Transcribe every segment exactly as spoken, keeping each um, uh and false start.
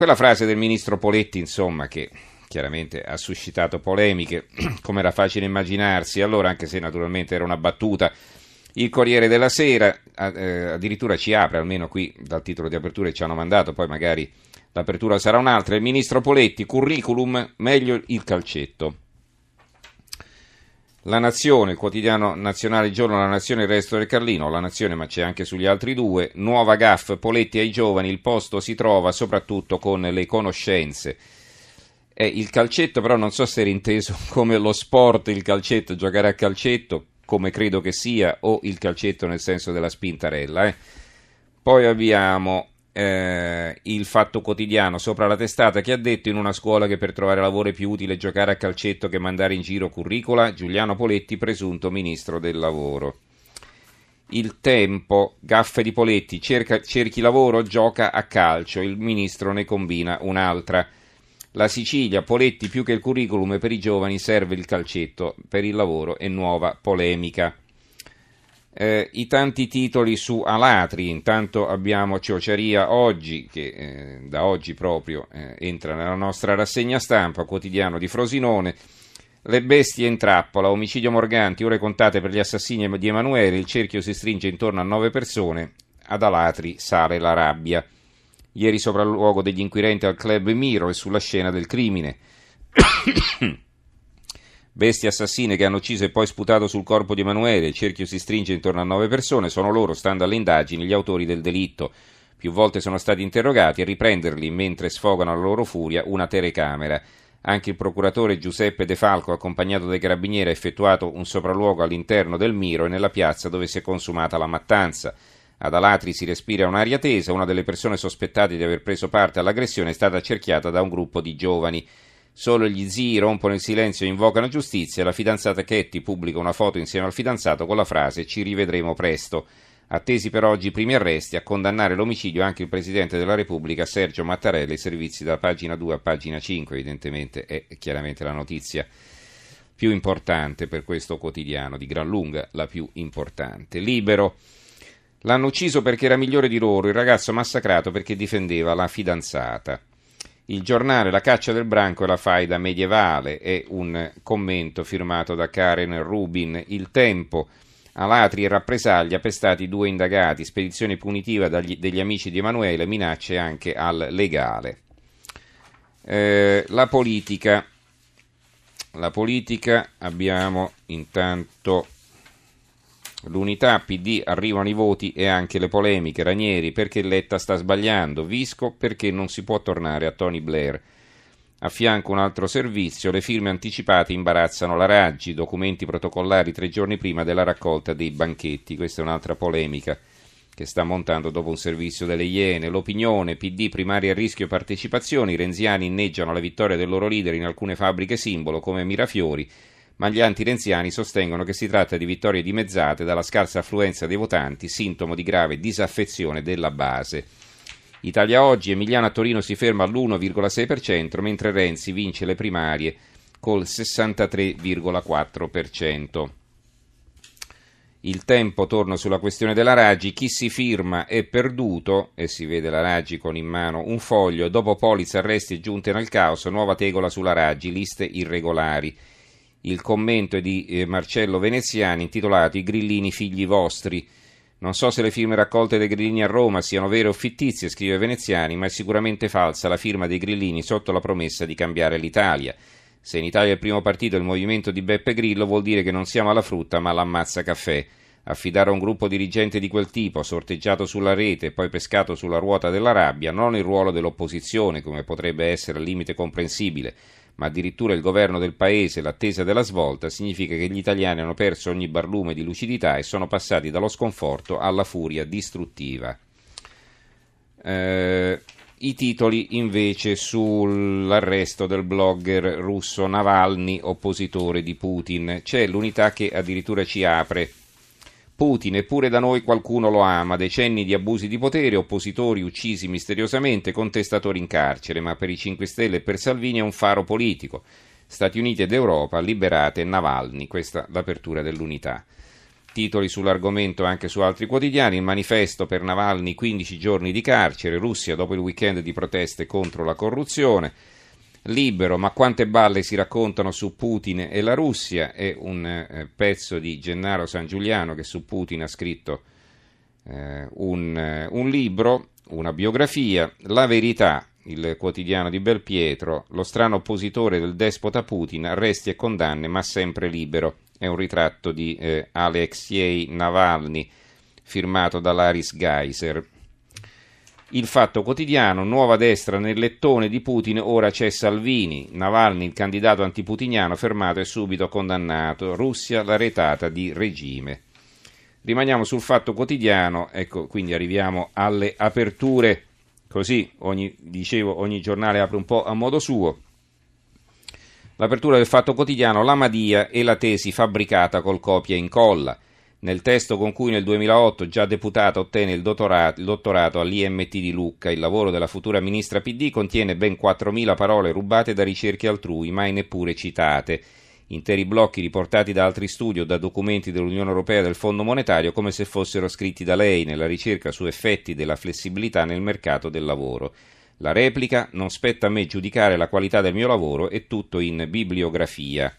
Quella frase del ministro Poletti, insomma, che chiaramente ha suscitato polemiche, come era facile immaginarsi, allora, anche se naturalmente era una battuta. Il Corriere della Sera eh, addirittura ci apre, almeno qui dal titolo di apertura che ci hanno mandato, poi magari l'apertura sarà un'altra. Il ministro Poletti, curriculum, meglio il calcetto. La Nazione, il quotidiano nazionale, il giorno, La Nazione, il resto del Carlino, La Nazione, ma c'è anche sugli altri due. Nuova gaffe, Poletti ai giovani, il posto si trova soprattutto con le conoscenze. Eh, il calcetto però non so se era inteso come lo sport, il calcetto, giocare a calcetto, come credo che sia, o il calcetto nel senso della spintarella. Eh. Poi abbiamo eh, il Fatto Quotidiano sopra la testata che ha detto: in una scuola che per trovare lavoro è più utile giocare a calcetto che mandare in giro curricula, Giuliano Poletti, presunto ministro del lavoro. Il Tempo, gaffe di Poletti, cerca, cerchi lavoro, gioca a calcio, il ministro ne combina un'altra. La Sicilia, Poletti, più che il curriculum per i giovani serve il calcetto per il lavoro e nuova polemica. Eh, I tanti titoli su Alatri, intanto abbiamo Ciociaria Oggi, che eh, da oggi proprio eh, entra nella nostra rassegna stampa, quotidiano di Frosinone. Le bestie in trappola, omicidio Morganti, ore contate per gli assassini di Emanuele, il cerchio si stringe intorno a nove persone, ad Alatri sale la rabbia. Ieri sopralluogo degli inquirenti al club Miro e sulla scena del crimine. Bestie assassine che hanno ucciso e poi sputato sul corpo di Emanuele, il cerchio si stringe intorno a nove persone, sono loro, stando alle indagini, gli autori del delitto. Più volte sono stati interrogati e riprenderli mentre sfogano la loro furia una telecamera. Anche il procuratore Giuseppe De Falco, accompagnato dai carabinieri, ha effettuato un sopralluogo all'interno del Miro e nella piazza dove si è consumata la mattanza. Ad Alatri si respira un'aria tesa, una delle persone sospettate di aver preso parte all'aggressione è stata accerchiata da un gruppo di giovani. Solo gli zii rompono il silenzio e invocano giustizia. La fidanzata Ketty pubblica una foto insieme al fidanzato con la frase «Ci rivedremo presto». Attesi per oggi i primi arresti, a condannare l'omicidio anche il Presidente della Repubblica Sergio Mattarella, i servizi da pagina due a pagina cinque, evidentemente è chiaramente la notizia più importante per questo quotidiano, di gran lunga la più importante. Libero. L'hanno ucciso perché era migliore di loro, il ragazzo massacrato perché difendeva la fidanzata. Il Giornale, la caccia del branco e la faida medievale, è un commento firmato da Karen Rubin. Il Tempo, Alatri e rappresaglia, pestati due indagati, spedizione punitiva dagli, degli amici di Emanuele, minacce anche al legale. Eh, la politica, la politica abbiamo intanto l'Unità, P D, arrivano i voti e anche le polemiche. Ranieri, perché Letta sta sbagliando. Visco, perché non si può tornare a Tony Blair. A fianco un altro servizio, le firme anticipate imbarazzano la Raggi, documenti protocollari tre giorni prima della raccolta dei banchetti. Questa è un'altra polemica che sta montando dopo un servizio delle Iene. L'Opinione, P D primaria a rischio partecipazioni, i renziani inneggiano la vittoria del loro leader in alcune fabbriche simbolo come Mirafiori, ma gli anti-renziani sostengono che si tratta di vittorie dimezzate dalla scarsa affluenza dei votanti, sintomo di grave disaffezione della base. Italia Oggi, Emiliano a Torino si ferma all'uno virgola sei per cento, mentre Renzi vince le primarie col sessantatré virgola quattro per cento. Il Tempo, torno sulla questione della Raggi, chi si firma è perduto, e si vede la Raggi con in mano un foglio, dopo polizze, arresti e giunte nel caos, nuova tegola sulla Raggi, liste irregolari. Il commento è di eh, Marcello Veneziani, intitolato I grillini figli vostri. Non so se le firme raccolte dai grillini a Roma siano vere o fittizie, scrive Veneziani, ma è sicuramente falsa la firma dei grillini sotto la promessa di cambiare l'Italia. Se in Italia il primo partito è il movimento di Beppe Grillo, vuol dire che non siamo alla frutta ma all'ammazza caffè. Affidare a un gruppo dirigente di quel tipo, sorteggiato sulla rete e poi pescato sulla ruota della rabbia, non il ruolo dell'opposizione, come potrebbe essere al limite comprensibile, ma addirittura il governo del paese, l'attesa della svolta, significa che gli italiani hanno perso ogni barlume di lucidità e sono passati dallo sconforto alla furia distruttiva. Eh, I titoli invece sull'arresto del blogger russo Navalny, oppositore di Putin. C'è l'Unità che addirittura ci apre. Putin, eppure da noi qualcuno lo ama, decenni di abusi di potere, oppositori uccisi misteriosamente, contestatori in carcere, ma per i cinque Stelle e per Salvini è un faro politico. Stati Uniti ed Europa, liberate Navalny, questa l'apertura dell'Unità. Titoli sull'argomento anche su altri quotidiani. Il manifesto per Navalny, quindici giorni di carcere, Russia dopo il weekend di proteste contro la corruzione. Libero, ma quante balle si raccontano su Putin e la Russia, è un eh, pezzo di Gennaro San Giuliano che su Putin ha scritto eh, un, eh, un libro, una biografia, La Verità, il quotidiano di Belpietro, lo strano oppositore del despota Putin, arresti e condanne ma sempre libero, è un ritratto di eh, Alexei Navalny firmato da Laris Geiser. Il Fatto Quotidiano, nuova destra nel lettone di Putin, ora c'è Salvini, Navalny il candidato antiputiniano fermato e subito condannato, Russia la retata di regime. Rimaniamo sul Fatto Quotidiano, ecco, quindi arriviamo alle aperture, così ogni, dicevo ogni giornale apre un po' a modo suo. L'apertura del Fatto Quotidiano, la Madia e la tesi fabbricata col copia e incolla. Nel testo con cui nel duemilaotto, già deputata, ottenne il dottorato, il dottorato all'I M T di Lucca, il lavoro della futura ministra P D contiene ben quattromila parole rubate da ricerche altrui, mai neppure citate. Interi blocchi riportati da altri studi o da documenti dell'Unione Europea e del Fondo Monetario come se fossero scritti da lei nella ricerca su effetti della flessibilità nel mercato del lavoro. La replica: non spetta a me giudicare la qualità del mio lavoro, è tutto in bibliografia.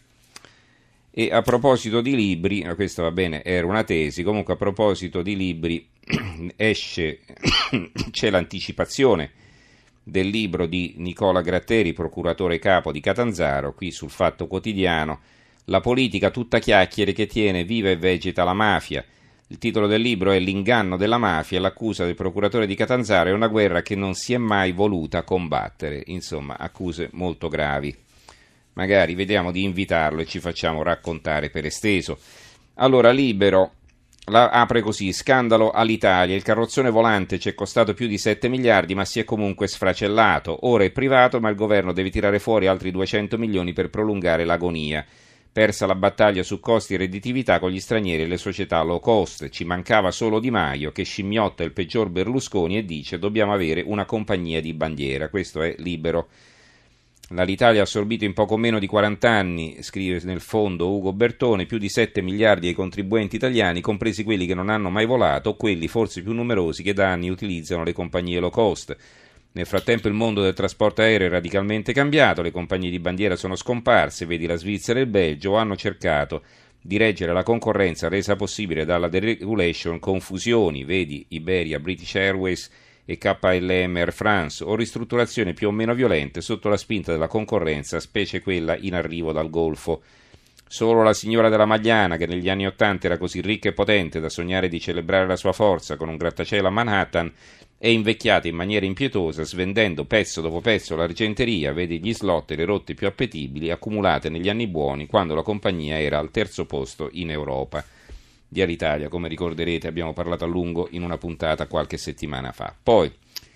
E a proposito di libri, questo va bene, era una tesi, comunque a proposito di libri esce, c'è l'anticipazione del libro di Nicola Gratteri, procuratore capo di Catanzaro, qui sul Fatto Quotidiano, La politica tutta chiacchiere che tiene viva e vegeta la mafia. Il titolo del libro è L'inganno della mafia, l'accusa del procuratore di Catanzaro è una guerra che non si è mai voluta combattere. Insomma, accuse molto gravi. Magari vediamo di invitarlo e ci facciamo raccontare per esteso. Allora, Libero la apre così: scandalo all'Italia, il carrozzone volante ci è costato più di sette miliardi ma si è comunque sfracellato, ora è privato ma il governo deve tirare fuori altri duecento milioni per prolungare l'agonia. Persa la battaglia su costi e redditività con gli stranieri e le società low cost, ci mancava solo Di Maio che scimmiotta il peggior Berlusconi e dice dobbiamo avere una compagnia di bandiera. Questo è Libero. L'Italia ha assorbito in poco meno di quaranta anni, scrive nel fondo Ugo Bertone, più di sette miliardi ai contribuenti italiani, compresi quelli che non hanno mai volato o quelli forse più numerosi che da anni utilizzano le compagnie low cost. Nel frattempo il mondo del trasporto aereo è radicalmente cambiato, le compagnie di bandiera sono scomparse, vedi la Svizzera e il Belgio, hanno cercato di reggere la concorrenza resa possibile dalla deregulation con fusioni, vedi Iberia, British Airways e K L M Air France, o ristrutturazioni più o meno violente sotto la spinta della concorrenza, specie quella in arrivo dal Golfo. Solo la signora della Magliana, che negli anni Ottanta era così ricca e potente da sognare di celebrare la sua forza con un grattacielo a Manhattan, è invecchiata in maniera impietosa, svendendo pezzo dopo pezzo l'argenteria, vedi gli slot e le rotte più appetibili accumulate negli anni buoni, quando la compagnia era al terzo posto in Europa. Di Alitalia, come ricorderete, abbiamo parlato a lungo in una puntata qualche settimana fa. Poi,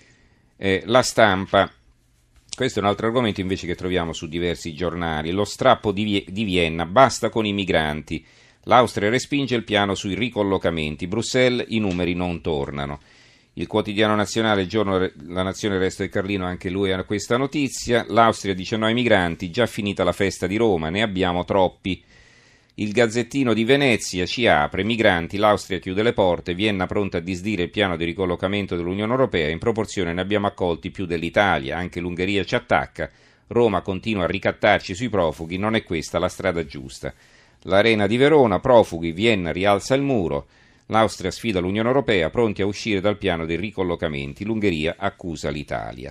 eh, la Stampa, questo è un altro argomento invece che troviamo su diversi giornali, lo strappo di, Vie- di Vienna, basta con i migranti, l'Austria respinge il piano sui ricollocamenti, Bruxelles, i numeri non tornano. Il quotidiano nazionale, il giorno La Nazione, il Resto del Carlino, anche lui ha questa notizia, l'Austria dice no ai migranti, già finita la festa di Roma, ne abbiamo troppi. Il Gazzettino di Venezia ci apre, migranti, l'Austria chiude le porte, Vienna pronta a disdire il piano di ricollocamento dell'Unione Europea, in proporzione ne abbiamo accolti più dell'Italia, anche l'Ungheria ci attacca, Roma continua a ricattarci sui profughi, non è questa la strada giusta. L'Arena di Verona, profughi, Vienna rialza il muro, l'Austria sfida l'Unione Europea, pronti a uscire dal piano dei ricollocamenti, l'Ungheria accusa l'Italia.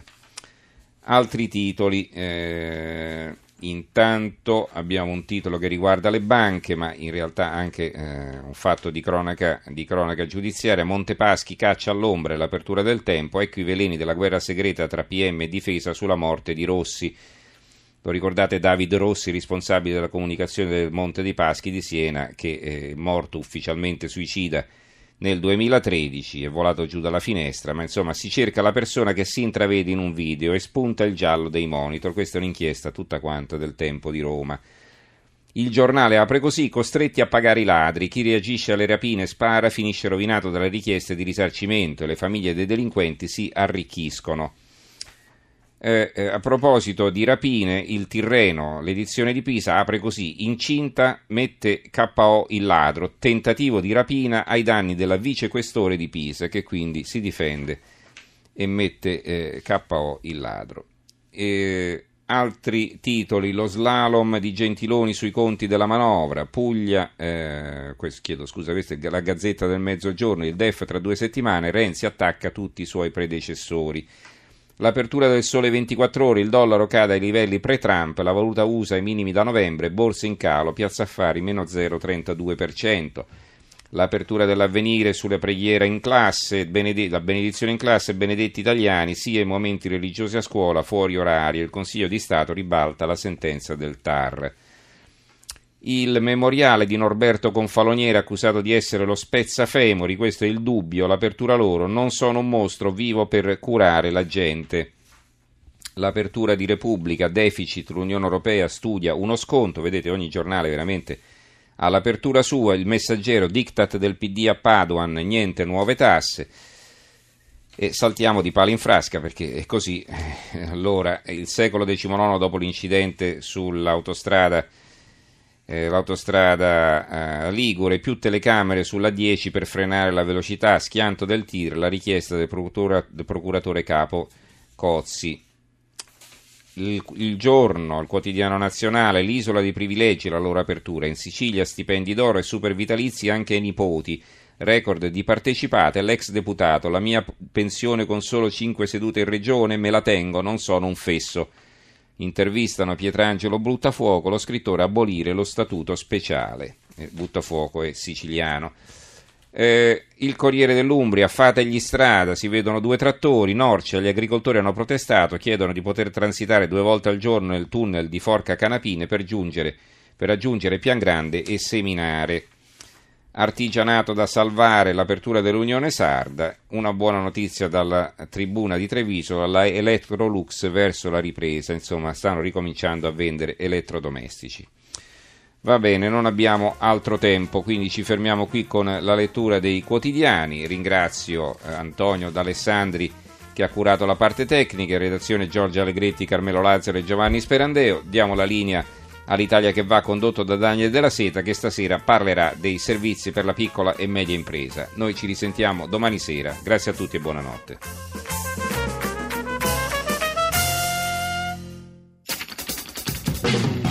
Altri titoli... Eh... Intanto abbiamo un titolo che riguarda le banche, ma in realtà anche eh, un fatto di cronaca, di cronaca giudiziaria. Montepaschi caccia all'ombra e l'apertura del Tempo, ecco i veleni della guerra segreta tra P M e difesa sulla morte di Rossi. Lo ricordate, David Rossi, responsabile della comunicazione del Monte dei Paschi di Siena, che è morto ufficialmente suicida nel duemilatredici, è volato giù dalla finestra, ma insomma si cerca la persona che si intravede in un video e spunta il giallo dei monitor. Questa è un'inchiesta tutta quanta del Tempo di Roma. Il Giornale apre così, costretti a pagare i ladri, chi reagisce alle rapine e spara finisce rovinato dalle richieste di risarcimento e le famiglie dei delinquenti si arricchiscono. Eh, eh, a proposito di rapine, il Tirreno, l'edizione di Pisa, apre così: incinta mette K O il ladro, tentativo di rapina ai danni della vicequestore di Pisa, che quindi si difende e mette eh, K O il ladro. Eh, altri titoli: lo slalom di Gentiloni sui conti della manovra, Puglia, eh, questo, chiedo scusa, questa è la Gazzetta del Mezzogiorno, il D E F tra due settimane, Renzi attacca tutti i suoi predecessori. L'apertura del Sole ventiquattro Ore, il dollaro cade ai livelli pre-Trump, la valuta U S A ai minimi da novembre, borse in calo, Piazza Affari meno zero virgola trentadue per cento. L'apertura dell'Avvenire sulla preghiera in classe, bened- la benedizione in classe, benedetti italiani, sia i momenti religiosi a scuola, fuori orario, il Consiglio di Stato ribalta la sentenza del T A R. Il memoriale di Norberto Confaloniere accusato di essere lo spezzafemori, questo è il dubbio, l'apertura loro, non sono un mostro vivo per curare la gente. L'apertura di Repubblica, deficit, l'Unione Europea studia uno sconto, vedete ogni giornale veramente all'apertura sua, il Messaggero, diktat del P D a Padoan, niente nuove tasse. E saltiamo di palo in frasca perché è così. Allora, il secolo diciannove dopo l'incidente sull'autostrada Eh, l'autostrada eh, Ligure, più telecamere sulla dieci per frenare la velocità, schianto del tir, la richiesta del, procura, del procuratore capo Cozzi. Il, il Giorno, il quotidiano nazionale, l'isola di privilegi, la loro apertura, in Sicilia stipendi d'oro e super vitalizi anche ai nipoti, record di partecipate, l'ex deputato, la mia pensione con solo cinque sedute in regione, me la tengo, non sono un fesso. Intervistano Pietrangelo Buttafuoco, lo scrittore, abolire lo statuto speciale. Eh, Buttafuoco è siciliano. Eh, il Corriere dell'Umbria, fategli strada, si vedono due trattori, Norcia, gli agricoltori hanno protestato, chiedono di poter transitare due volte al giorno nel tunnel di Forca Canapine per, giungere, per raggiungere Piangrande e Seminare. Artigianato da salvare, l'apertura dell'Unione Sarda, una buona notizia dalla tribuna di Treviso, la Electrolux verso la ripresa, insomma stanno ricominciando a vendere elettrodomestici. Va bene, non abbiamo altro tempo, quindi ci fermiamo qui con la lettura dei quotidiani. Ringrazio Antonio D'Alessandri che ha curato la parte tecnica, in redazione Giorgia Allegretti, Carmelo Lazzaro e Giovanni Sperandeo. Diamo la linea all'Italia che va, condotto da Daniel Della Seta, che stasera parlerà dei servizi per la piccola e media impresa. Noi ci risentiamo domani sera. Grazie a tutti e buonanotte.